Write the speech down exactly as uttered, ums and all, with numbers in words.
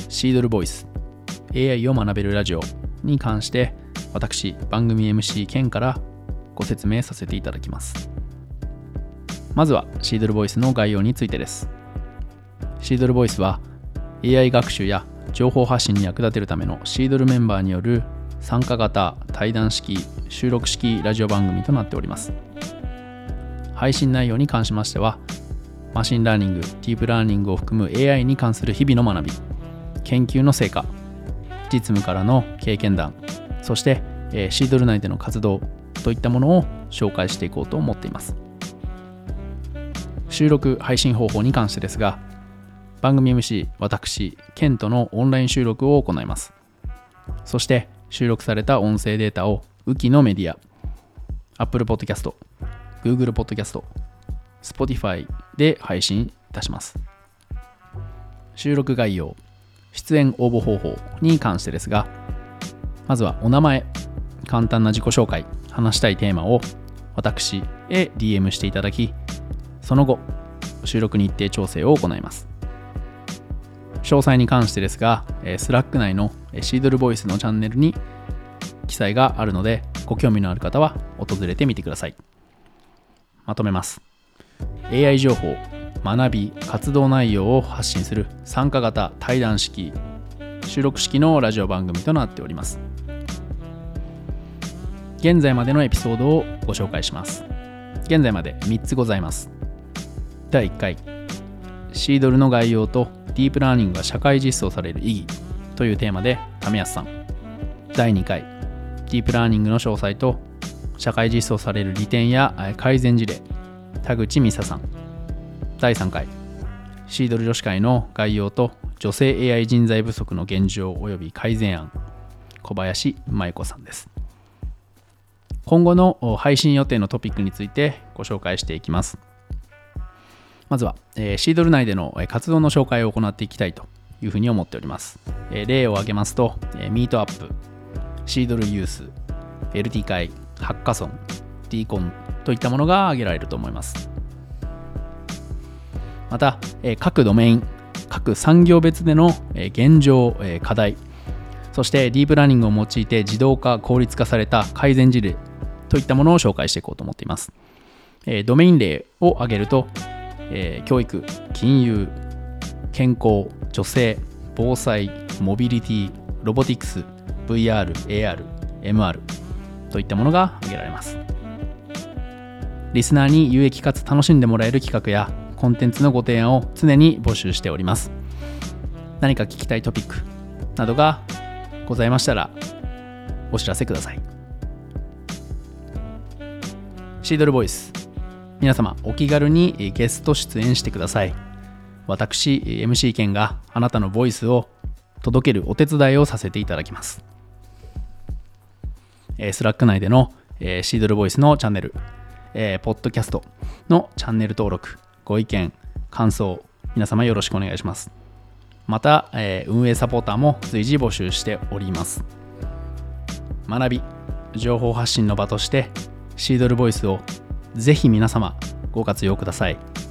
シードルボイス エーアイ を学べるラジオに関して私番組 エムシー ケンからご説明させていただきます。まずはシードルボイスの概要についてです。シードルボイスは エーアイ 学習や情報発信に役立てるためのシードルメンバーによる参加型対談式収録式ラジオ番組となっております。配信内容に関しましてはマシンラーニング、ディープラーニングを含む エーアイ に関する日々の学び、研究の成果、実務からの経験談、そして、えー、シードル内での活動といったものを紹介していこうと思っています。収録配信方法に関してですが、番組 エムシー 私ケンとのオンライン収録を行います。そして収録された音声データをウキのメディア、Apple Podcast、Google Podcast、Spotify で配信いたします。収録概要、出演応募方法に関してですが、まずはお名前、簡単な自己紹介、話したいテーマを私へ ディーエム していただき、その後収録日程調整を行います。詳細に関してですが、スラック内のシードルボイスのチャンネルに記載があるので、ご興味のある方は訪れてみてください。まとめます。エーアイ 情報、学び、活動内容を発信する参加型対談式、収録式のラジオ番組となっております。現在までのエピソードをご紹介します。現在までみっつございます。だいいっかい、シードルの概要とディープラーニングが社会実装される意義というテーマで為安さん。だいにかい、ディープラーニングの詳細と社会実装される利点や改善事例、田口美沙さん。だいさんかい、シードル女子会の概要と女性 エーアイ 人材不足の現状及び改善案、小林舞子さんです。今後の配信予定のトピックについてご紹介していきます。まずは、えー、シードル内での活動の紹介を行っていきたいというふうに思っております。えー、例を挙げますと、えー、ミートアップ、シードルユース、エルティー 会、ハッカソン、ディーコンといったものが挙げられると思います。また、えー、各ドメイン、各産業別での、えー、現状、えー、課題、そしてディープラーニングを用いて自動化、効率化された改善事例といったものを紹介していこうと思っています。えー、ドメイン例を挙げると、えー、教育、金融、健康、女性、防災、モビリティ、ロボティクス、ブイアール、エーアール、エムアール といったものが挙げられます。リスナーに有益かつ楽しんでもらえる企画やコンテンツのご提案を常に募集しております。何か聞きたいトピックなどがございましたらお知らせください。シードルボイス、皆様お気軽にゲスト出演してください。私 エムシー ケンがあなたのボイスを届けるお手伝いをさせていただきます。スラック内でのシードルボイスのチャンネル、ポッドキャストのチャンネル登録、ご意見、感想、皆様よろしくお願いします。また運営サポーターも随時募集しております。学び、情報発信の場としてシードルボイスをぜひ皆様ご活用ください。